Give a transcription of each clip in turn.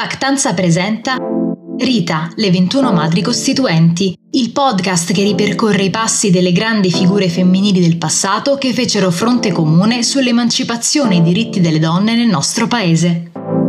Pactanza presenta Rita, le 21 madri costituenti, il podcast che ripercorre i passi delle grandi figure femminili del passato che fecero fronte comune sull'emancipazione e i diritti delle donne nel nostro paese.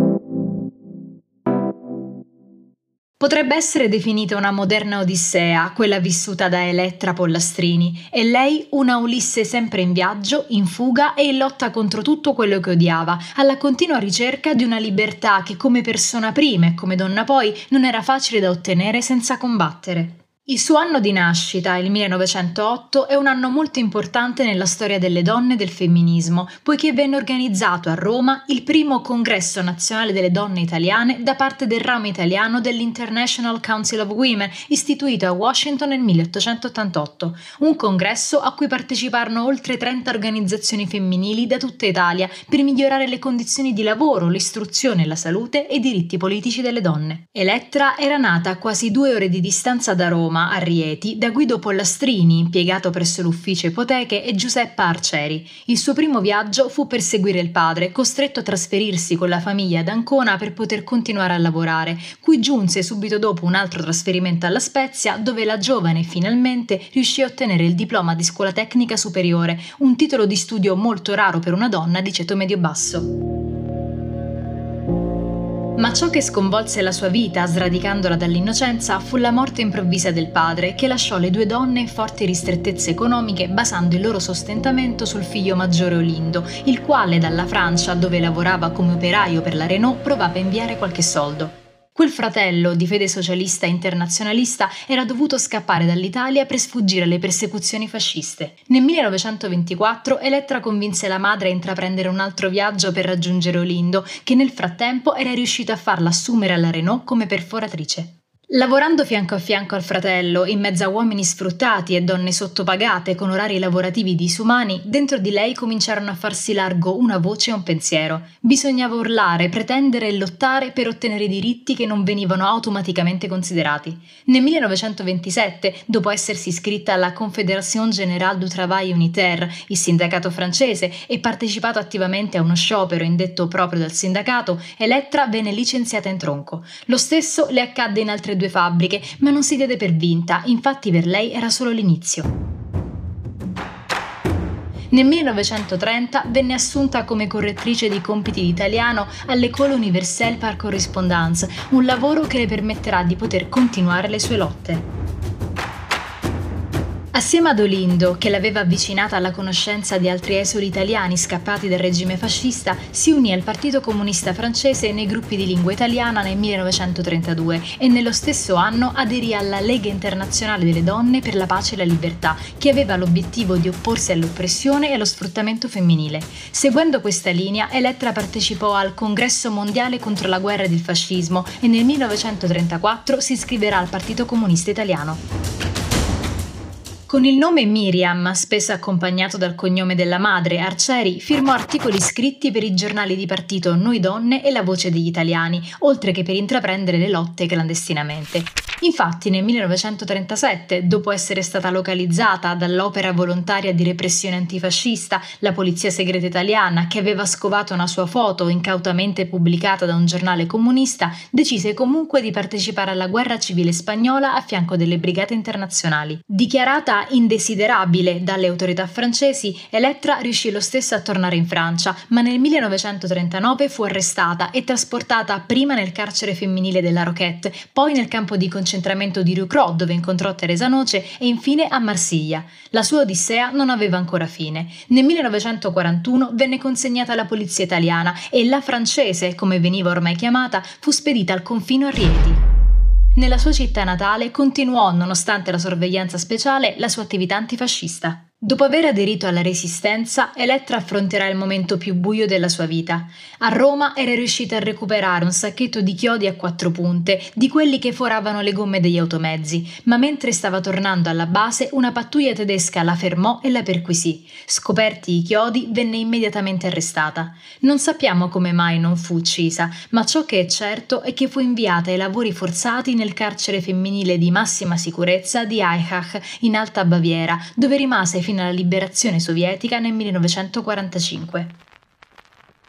Potrebbe essere definita una moderna Odissea, quella vissuta da Elettra Pollastrini, e lei una Ulisse sempre in viaggio, in fuga e in lotta contro tutto quello che odiava, alla continua ricerca di una libertà che come persona prima e come donna poi non era facile da ottenere senza combattere. Il suo anno di nascita, il 1908, è un anno molto importante nella storia delle donne e del femminismo, poiché venne organizzato a Roma il primo congresso nazionale delle donne italiane da parte del ramo italiano dell'International Council of Women, istituito a Washington nel 1888, un congresso a cui parteciparono oltre 30 organizzazioni femminili da tutta Italia per migliorare le condizioni di lavoro, l'istruzione, la salute e i diritti politici delle donne. Elettra era nata a quasi 2 ore di distanza da Roma, a Rieti, da Guido Pollastrini, impiegato presso l'ufficio ipoteche, e Giuseppa Arcieri. Il suo primo viaggio fu per seguire il padre, costretto a trasferirsi con la famiglia ad Ancona per poter continuare a lavorare, cui giunse subito dopo un altro trasferimento alla Spezia, dove la giovane finalmente riuscì a ottenere il diploma di scuola tecnica superiore, un titolo di studio molto raro per una donna di ceto medio-basso. Ma ciò che sconvolse la sua vita, sradicandola dall'innocenza, fu la morte improvvisa del padre, che lasciò le 2 donne in forti ristrettezze economiche, basando il loro sostentamento sul figlio maggiore Olindo, il quale dalla Francia, dove lavorava come operaio per la Renault, provava a inviare qualche soldo. Quel fratello, di fede socialista e internazionalista, era dovuto scappare dall'Italia per sfuggire alle persecuzioni fasciste. Nel 1924 Elettra convinse la madre a intraprendere un altro viaggio per raggiungere Olindo, che nel frattempo era riuscito a farla assumere alla Renault come perforatrice. Lavorando fianco a fianco al fratello, in mezzo a uomini sfruttati e donne sottopagate con orari lavorativi disumani, dentro di lei cominciarono a farsi largo una voce e un pensiero. Bisognava urlare, pretendere e lottare per ottenere diritti che non venivano automaticamente considerati. Nel 1927, dopo essersi iscritta alla Confédération Générale du Travail Unitaire, il sindacato francese, e partecipato attivamente a uno sciopero indetto proprio dal sindacato, Elettra venne licenziata in tronco. Lo stesso le accadde in altre 2 fabbriche, ma non si diede per vinta, infatti per lei era solo l'inizio. Nel 1930 venne assunta come correttrice di compiti di italiano all'École Universelle par Correspondance, un lavoro che le permetterà di poter continuare le sue lotte. Assieme ad Olindo, che l'aveva avvicinata alla conoscenza di altri esuli italiani scappati dal regime fascista, si unì al Partito Comunista Francese nei gruppi di lingua italiana nel 1932 e nello stesso anno aderì alla Lega Internazionale delle Donne per la Pace e la Libertà, che aveva l'obiettivo di opporsi all'oppressione e allo sfruttamento femminile. Seguendo questa linea, Elettra partecipò al Congresso Mondiale contro la guerra ed il fascismo e nel 1934 si iscriverà al Partito Comunista Italiano. Con il nome Miriam, spesso accompagnato dal cognome della madre, Arcieri, firmò articoli scritti per i giornali di partito Noi Donne e La Voce degli Italiani, oltre che per intraprendere le lotte clandestinamente. Infatti nel 1937, dopo essere stata localizzata dall'Opera Volontaria di Repressione Antifascista, la Polizia Segreta Italiana, che aveva scovato una sua foto incautamente pubblicata da un giornale comunista, decise comunque di partecipare alla guerra civile spagnola a fianco delle brigate internazionali. Dichiarata indesiderabile dalle autorità francesi, Elettra riuscì lo stesso a tornare in Francia, ma nel 1939 fu arrestata e trasportata prima nel carcere femminile della Roquette, poi nel campo di concentramento di Rue-Croix, dove incontrò Teresa Noce, e infine a Marsiglia. La sua odissea non aveva ancora fine. Nel 1941 venne consegnata alla polizia italiana e la francese, come veniva ormai chiamata, fu spedita al confino a Rieti. Nella sua città natale continuò, nonostante la sorveglianza speciale, la sua attività antifascista. Dopo aver aderito alla Resistenza, Elettra affronterà il momento più buio della sua vita. A Roma era riuscita a recuperare un sacchetto di chiodi a 4 punte, di quelli che foravano le gomme degli automezzi, ma mentre stava tornando alla base una pattuglia tedesca la fermò e la perquisì. Scoperti i chiodi, venne immediatamente arrestata. Non sappiamo come mai non fu uccisa, ma ciò che è certo è che fu inviata ai lavori forzati nel carcere femminile di massima sicurezza di Aichach, in Alta Baviera, dove rimase fino alla liberazione sovietica nel 1945.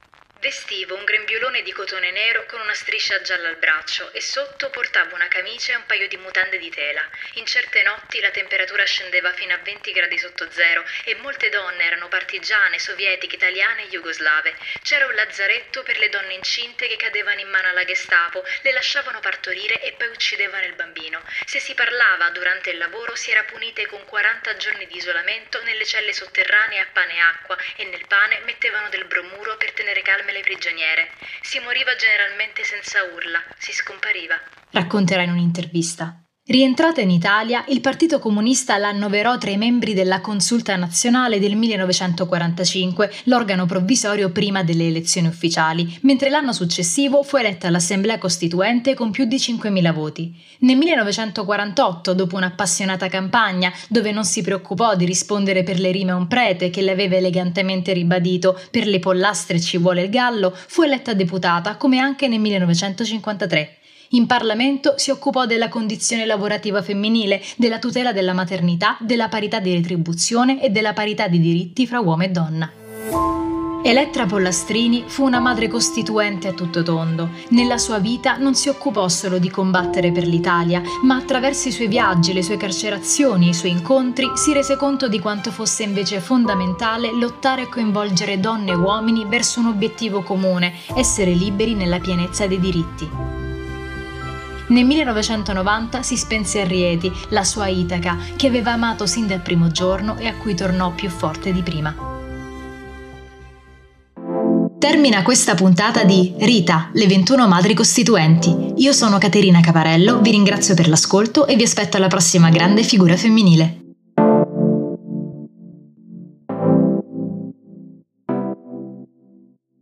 Vestivo un grembiulone di cotone nero con una striscia gialla al braccio e sotto portavo una camicia e un paio di mutande di tela. In certe notti la temperatura scendeva fino a 20 gradi sotto zero e molte donne erano partigiane, sovietiche, italiane e jugoslave. C'era un lazzaretto per le donne incinte che cadevano in mano alla Gestapo, le lasciavano partorire e poi uccidevano il bambino. Se si parlava durante il lavoro si era punite con 40 giorni di isolamento nelle celle sotterranee a pane e acqua e nel pane mettevano del bromuro per tenere calme le prigioniere. Si moriva generalmente senza urla, si scompariva. Racconterà in un'intervista. Rientrata in Italia, il Partito Comunista la annoverò tra i membri della Consulta Nazionale del 1945, l'organo provvisorio prima delle elezioni ufficiali, mentre l'anno successivo fu eletta all'Assemblea Costituente con più di 5.000 voti. Nel 1948, dopo un'appassionata campagna, dove non si preoccupò di rispondere per le rime a un prete che le aveva elegantemente ribadito «per le pollastre ci vuole il gallo», fu eletta deputata, come anche nel 1953. In Parlamento si occupò della condizione lavorativa femminile, della tutela della maternità, della parità di retribuzione e della parità di diritti fra uomo e donna. Elettra Pollastrini fu una madre costituente a tutto tondo. Nella sua vita non si occupò solo di combattere per l'Italia, ma attraverso i suoi viaggi, le sue carcerazioni e i suoi incontri si rese conto di quanto fosse invece fondamentale lottare e coinvolgere donne e uomini verso un obiettivo comune, essere liberi nella pienezza dei diritti. Nel 1990 si spense a Rieti, la sua Itaca, che aveva amato sin dal primo giorno e a cui tornò più forte di prima. Termina questa puntata di Rita, le 21 madri costituenti. Io sono Caterina Caparello, vi ringrazio per l'ascolto e vi aspetto alla prossima grande figura femminile.